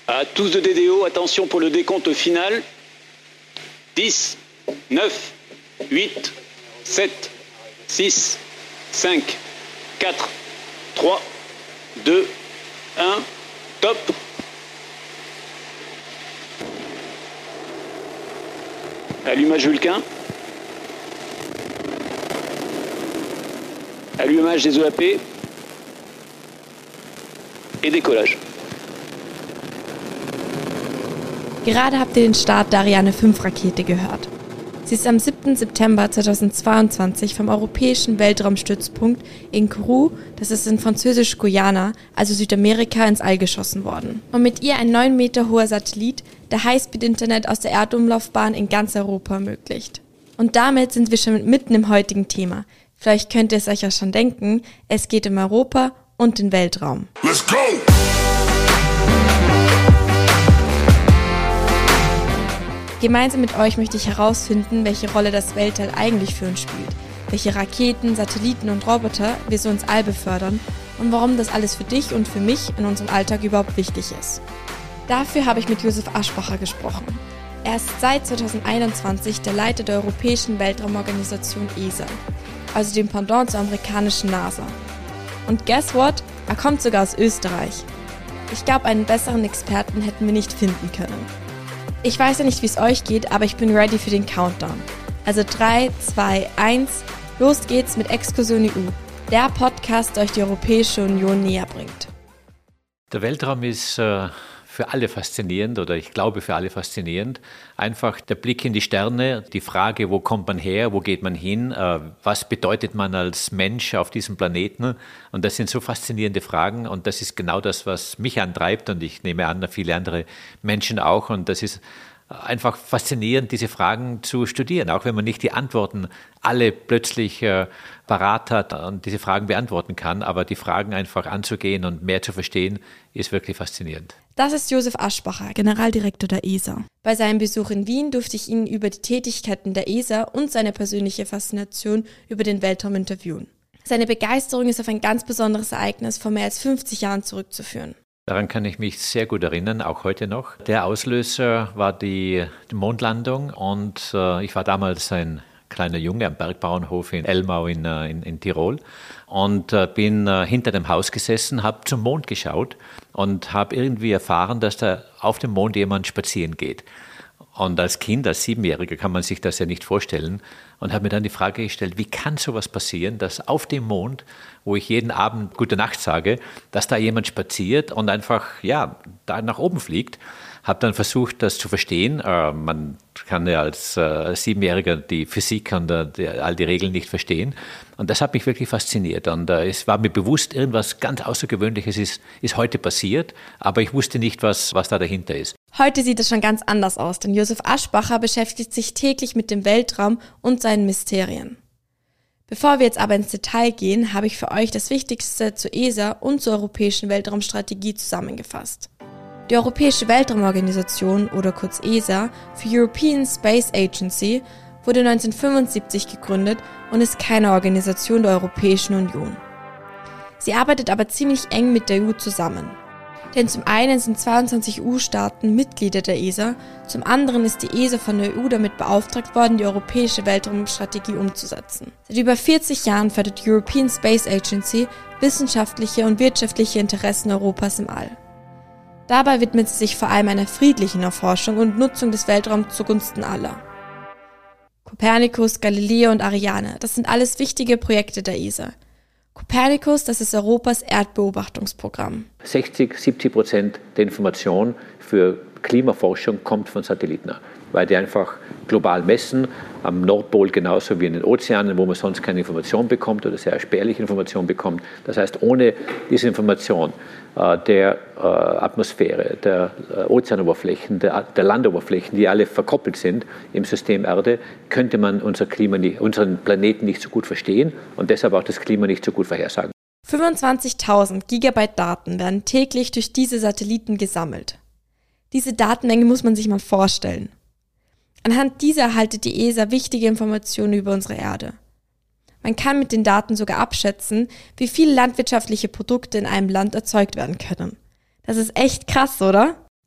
À tous de DDO, attention pour le décompte final. 10, 9, 8, 7, 6, 5, 4, 3, 2, 1, top. Allumage Vulcain. Allumage des EAP. Et décollage. Gerade habt ihr den Start der Ariane 5 Rakete gehört. Sie ist am 7. September 2022 vom Europäischen Weltraumstützpunkt in Kourou, das ist in Französisch-Guyana, also Südamerika, ins All geschossen worden. Und mit ihr ein 9 Meter hoher Satellit, der Highspeed-Internet aus der Erdumlaufbahn in ganz Europa ermöglicht. Und damit sind wir schon mitten im heutigen Thema. Vielleicht könnt ihr es euch ja schon denken, es geht um Europa und den Weltraum. Let's go! Gemeinsam mit euch möchte ich herausfinden, welche Rolle das Weltall eigentlich für uns spielt, welche Raketen, Satelliten und Roboter wir so ins All befördern und warum das alles für dich und für mich in unserem Alltag überhaupt wichtig ist. Dafür habe ich mit Josef Aschbacher gesprochen. Er ist seit 2021 der Leiter der Europäischen Weltraumorganisation ESA, also dem Pendant zur amerikanischen NASA. Und guess what? Er kommt sogar aus Österreich. Ich glaube, einen besseren Experten hätten wir nicht finden können. Ich weiß ja nicht, wie es euch geht, aber ich bin ready für den Countdown. Also 3, 2, 1, los geht's mit Exkursion EU, der Podcast, der euch die Europäische Union näher bringt. Der Weltraum ist für alle faszinierend, oder ich glaube für alle faszinierend. Einfach der Blick in die Sterne, die Frage, wo kommt man her, wo geht man hin, was bedeutet man als Mensch auf diesem Planeten? Und das sind so faszinierende Fragen und das ist genau das, was mich antreibt und ich nehme an, viele andere Menschen auch. Und das ist einfach faszinierend, diese Fragen zu studieren, auch wenn man nicht die Antworten alle plötzlich parat hat und diese Fragen beantworten kann, aber die Fragen einfach anzugehen und mehr zu verstehen, ist wirklich faszinierend. Das ist Josef Aschbacher, Generaldirektor der ESA. Bei seinem Besuch in Wien durfte ich ihn über die Tätigkeiten der ESA und seine persönliche Faszination über den Weltraum interviewen. Seine Begeisterung ist auf ein ganz besonderes Ereignis vor mehr als 50 Jahren zurückzuführen. Daran kann ich mich sehr gut erinnern, auch heute noch. Der Auslöser war die Mondlandung und ich war damals ein kleiner Junge am Bergbauernhof in Elmau in Tirol und bin hinter dem Haus gesessen, habe zum Mond geschaut und habe irgendwie erfahren, dass da auf dem Mond jemand spazieren geht. Und als Kind, als 7-Jähriger kann man sich das ja nicht vorstellen und habe mir dann die Frage gestellt, wie kann sowas passieren, dass auf dem Mond, wo ich jeden Abend Gute Nacht sage, dass da jemand spaziert und einfach, ja, da nach oben fliegt. Habe dann versucht, das zu verstehen. Man kann ja als 7-Jähriger die Physik und all die Regeln nicht verstehen. Und das hat mich wirklich fasziniert. Und es war mir bewusst, irgendwas ganz Außergewöhnliches ist heute passiert, aber ich wusste nicht, was da dahinter ist. Heute sieht es schon ganz anders aus, denn Josef Aschbacher beschäftigt sich täglich mit dem Weltraum und seinen Mysterien. Bevor wir jetzt aber ins Detail gehen, habe ich für euch das Wichtigste zur ESA und zur Europäischen Weltraumstrategie zusammengefasst. Die Europäische Weltraumorganisation, oder kurz ESA, für European Space Agency, wurde 1975 gegründet und ist keine Organisation der Europäischen Union. Sie arbeitet aber ziemlich eng mit der EU zusammen. Denn zum einen sind 22 EU-Staaten Mitglieder der ESA, zum anderen ist die ESA von der EU damit beauftragt worden, die Europäische Weltraumstrategie umzusetzen. Seit über 40 Jahren fördert die European Space Agency wissenschaftliche und wirtschaftliche Interessen Europas im All. Dabei widmet sie sich vor allem einer friedlichen Erforschung und Nutzung des Weltraums zugunsten aller. Copernicus, Galileo und Ariane, das sind alles wichtige Projekte der ESA. Copernicus, das ist Europas Erdbeobachtungsprogramm. 60-70% der Information für Klimaforschung kommt von Satelliten, weil die einfach global messen, am Nordpol genauso wie in den Ozeanen, wo man sonst keine Information bekommt oder sehr spärliche Information bekommt. Das heißt, ohne diese Information der Atmosphäre, der Ozeanoberflächen, der Landoberflächen, die alle verkoppelt sind im System Erde, könnte man unseren Planeten nicht so gut verstehen und deshalb auch das Klima nicht so gut vorhersagen. 25.000 Gigabyte Daten werden täglich durch diese Satelliten gesammelt. Diese Datenmenge muss man sich mal vorstellen. Anhand dieser erhaltet die ESA wichtige Informationen über unsere Erde. Man kann mit den Daten sogar abschätzen, wie viele landwirtschaftliche Produkte in einem Land erzeugt werden können. Das ist echt krass, oder?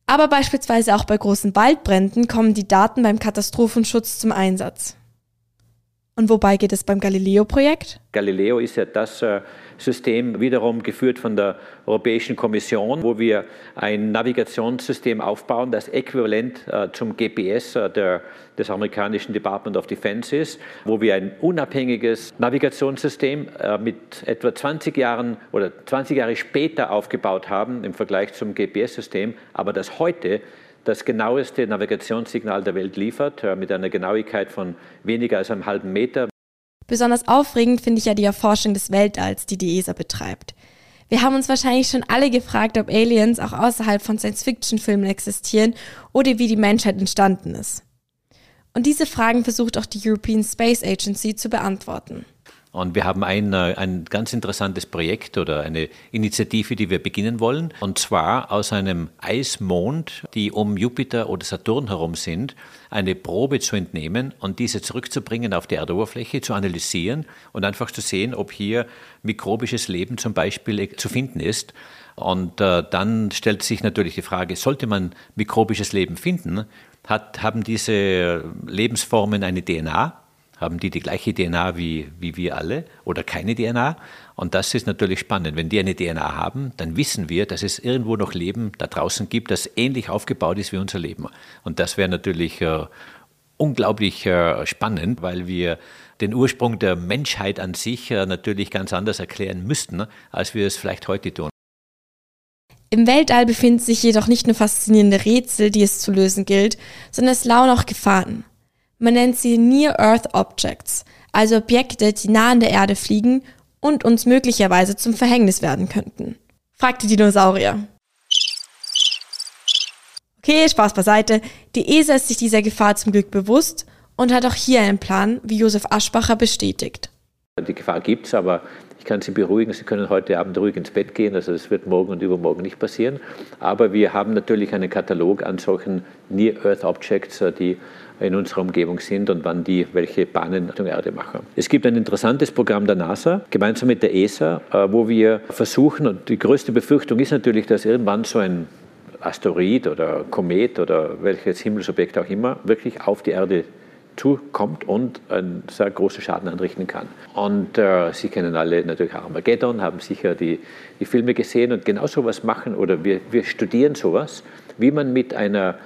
Aber beispielsweise auch bei großen Waldbränden kommen die Daten beim Katastrophenschutz zum Einsatz. Und wobei geht es beim Galileo-Projekt? Galileo ist ja das System wiederum geführt von der Europäischen Kommission, wo wir ein Navigationssystem aufbauen, das äquivalent zum GPS des amerikanischen Department of Defense ist, wo wir ein unabhängiges Navigationssystem mit etwa 20 Jahren oder 20 Jahre später aufgebaut haben im Vergleich zum GPS-System, aber das heute das genaueste Navigationssignal der Welt liefert, mit einer Genauigkeit von weniger als einem halben Meter. Besonders aufregend finde ich ja die Erforschung des Weltalls, die die ESA betreibt. Wir haben uns wahrscheinlich schon alle gefragt, ob Aliens auch außerhalb von Science-Fiction-Filmen existieren oder wie die Menschheit entstanden ist. Und diese Fragen versucht auch die European Space Agency zu beantworten. Und wir haben ein ganz interessantes Projekt oder eine Initiative, die wir beginnen wollen. Und zwar aus einem Eismond, die um Jupiter oder Saturn herum sind, eine Probe zu entnehmen und diese zurückzubringen auf die Erdoberfläche, zu analysieren und einfach zu sehen, ob hier mikrobisches Leben zum Beispiel zu finden ist. Und dann stellt sich natürlich die Frage, sollte man mikrobisches Leben finden, haben diese Lebensformen eine DNA? Haben die gleiche DNA wie wir alle oder keine DNA? Und das ist natürlich spannend. Wenn die eine DNA haben, dann wissen wir, dass es irgendwo noch Leben da draußen gibt, das ähnlich aufgebaut ist wie unser Leben. Und das wäre natürlich unglaublich spannend, weil wir den Ursprung der Menschheit an sich natürlich ganz anders erklären müssten, als wir es vielleicht heute tun. Im Weltall befinden sich jedoch nicht nur faszinierende Rätsel, die es zu lösen gilt, sondern es lauern auch Gefahren. Man nennt sie Near-Earth Objects, also Objekte, die nah an der Erde fliegen und uns möglicherweise zum Verhängnis werden könnten. Fragt die Dinosaurier. Okay, Spaß beiseite. Die ESA ist sich dieser Gefahr zum Glück bewusst und hat auch hier einen Plan, wie Josef Aschbacher bestätigt. Die Gefahr gibt es, aber ich kann Sie beruhigen, Sie können heute Abend ruhig ins Bett gehen, also das wird morgen und übermorgen nicht passieren. Aber wir haben natürlich einen Katalog an solchen Near-Earth Objects, die in unserer Umgebung sind und wann die welche Bahnen Richtung Erde machen. Es gibt ein interessantes Programm der NASA, gemeinsam mit der ESA, wo wir versuchen, und die größte Befürchtung ist natürlich, dass irgendwann so ein Asteroid oder Komet oder welches Himmelsobjekt auch immer wirklich auf die Erde zukommt und einen sehr großen Schaden anrichten kann. Und Sie kennen alle natürlich Armageddon, haben sicher die Filme gesehen und genau sowas machen oder wir studieren sowas, wie man mit einem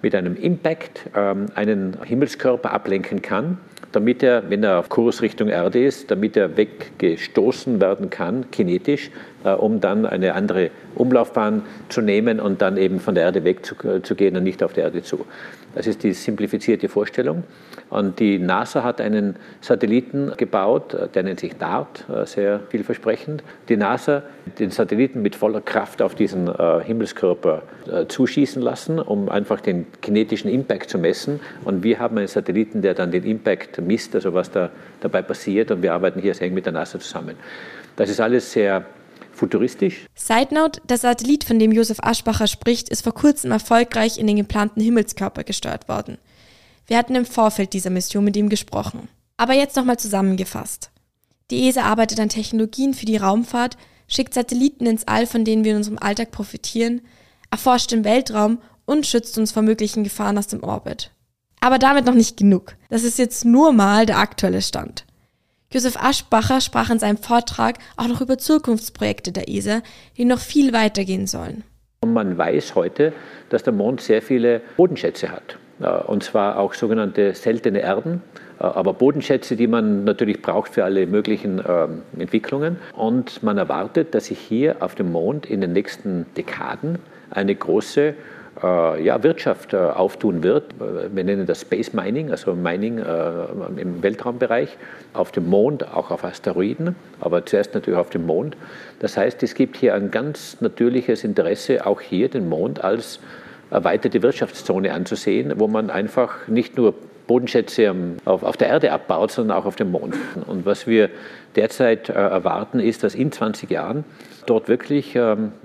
Impact einen Himmelskörper ablenken kann, damit er, wenn er auf Kurs Richtung Erde ist, damit er weggestoßen werden kann, kinetisch, um dann eine andere Umlaufbahn zu nehmen und dann eben von der Erde wegzugehen und nicht auf die Erde zu. Das ist die simplifizierte Vorstellung. Und die NASA hat einen Satelliten gebaut, der nennt sich DART, sehr vielversprechend. Die NASA den Satelliten mit voller Kraft auf diesen Himmelskörper zuschießen lassen, um einfach den kinetischen Impact zu messen. Und wir haben einen Satelliten, der dann den Impact misst, also was da dabei passiert. Und wir arbeiten hier sehr eng mit der NASA zusammen. Das ist alles sehr futuristisch. Side Note, der Satellit, von dem Josef Aschbacher spricht, ist vor kurzem erfolgreich in den geplanten Himmelskörper gesteuert worden. Wir hatten im Vorfeld dieser Mission mit ihm gesprochen. Aber jetzt nochmal zusammengefasst. Die ESA arbeitet an Technologien für die Raumfahrt, schickt Satelliten ins All, von denen wir in unserem Alltag profitieren, erforscht den Weltraum und schützt uns vor möglichen Gefahren aus dem Orbit. Aber damit noch nicht genug. Das ist jetzt nur mal der aktuelle Stand. Josef Aschbacher sprach in seinem Vortrag auch noch über Zukunftsprojekte der ESA, die noch viel weitergehen sollen. Und man weiß heute, dass der Mond sehr viele Bodenschätze hat. Und zwar auch sogenannte seltene Erden, aber Bodenschätze, die man natürlich braucht für alle möglichen Entwicklungen. Und man erwartet, dass sich hier auf dem Mond in den nächsten Dekaden eine große Wirtschaft auftun wird. Wir nennen das Space Mining, also Mining im Weltraumbereich, auf dem Mond, auch auf Asteroiden, aber zuerst natürlich auf dem Mond. Das heißt, es gibt hier ein ganz natürliches Interesse, auch hier den Mond als erweiterte Wirtschaftszone anzusehen, wo man einfach nicht nur Bodenschätze auf der Erde abbaut, sondern auch auf dem Mond. Und was wir derzeit erwarten, ist, dass in 20 Jahren dort wirklich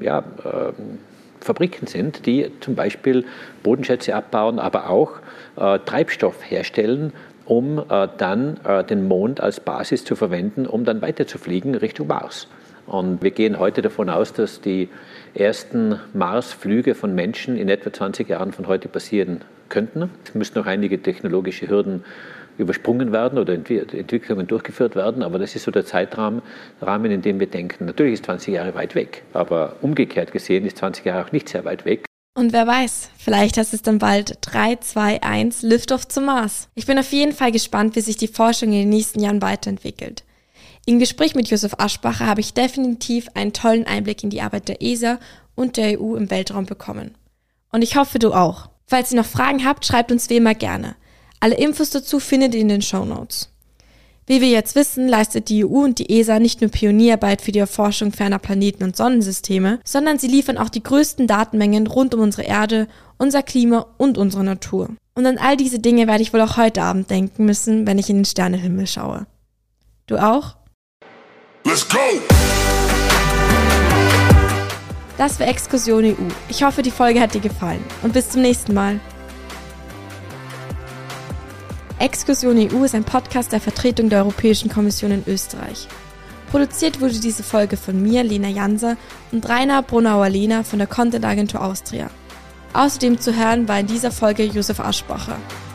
Fabriken sind, die zum Beispiel Bodenschätze abbauen, aber auch Treibstoff herstellen, um dann den Mond als Basis zu verwenden, um dann weiterzufliegen Richtung Mars. Und wir gehen heute davon aus, dass die ersten Marsflüge von Menschen in etwa 20 Jahren von heute passieren könnten. Es müssen noch einige technologische Hürden übersprungen werden oder Entwicklungen durchgeführt werden, aber das ist so der Zeitrahmen, in dem wir denken. Natürlich ist 20 Jahre weit weg, aber umgekehrt gesehen ist 20 Jahre auch nicht sehr weit weg. Und wer weiß, vielleicht heißt es dann bald 3, 2, 1, Liftoff zum Mars. Ich bin auf jeden Fall gespannt, wie sich die Forschung in den nächsten Jahren weiterentwickelt. Im Gespräch mit Josef Aschbacher habe ich definitiv einen tollen Einblick in die Arbeit der ESA und der EU im Weltraum bekommen. Und ich hoffe, du auch. Falls ihr noch Fragen habt, schreibt uns wie immer gerne. Alle Infos dazu findet ihr in den Shownotes. Wie wir jetzt wissen, leistet die EU und die ESA nicht nur Pionierarbeit für die Erforschung ferner Planeten und Sonnensysteme, sondern sie liefern auch die größten Datenmengen rund um unsere Erde, unser Klima und unsere Natur. Und an all diese Dinge werde ich wohl auch heute Abend denken müssen, wenn ich in den Sternenhimmel schaue. Du auch? Let's go! Das war Exkursion EU. Ich hoffe, die Folge hat dir gefallen. Und bis zum nächsten Mal. Exkursion EU ist ein Podcast der Vertretung der Europäischen Kommission in Österreich. Produziert wurde diese Folge von mir, Lena Janser, und Rainer Brunauer-Lehner von der Content Agentur Austria. Außerdem zu hören war in dieser Folge Josef Aschbacher.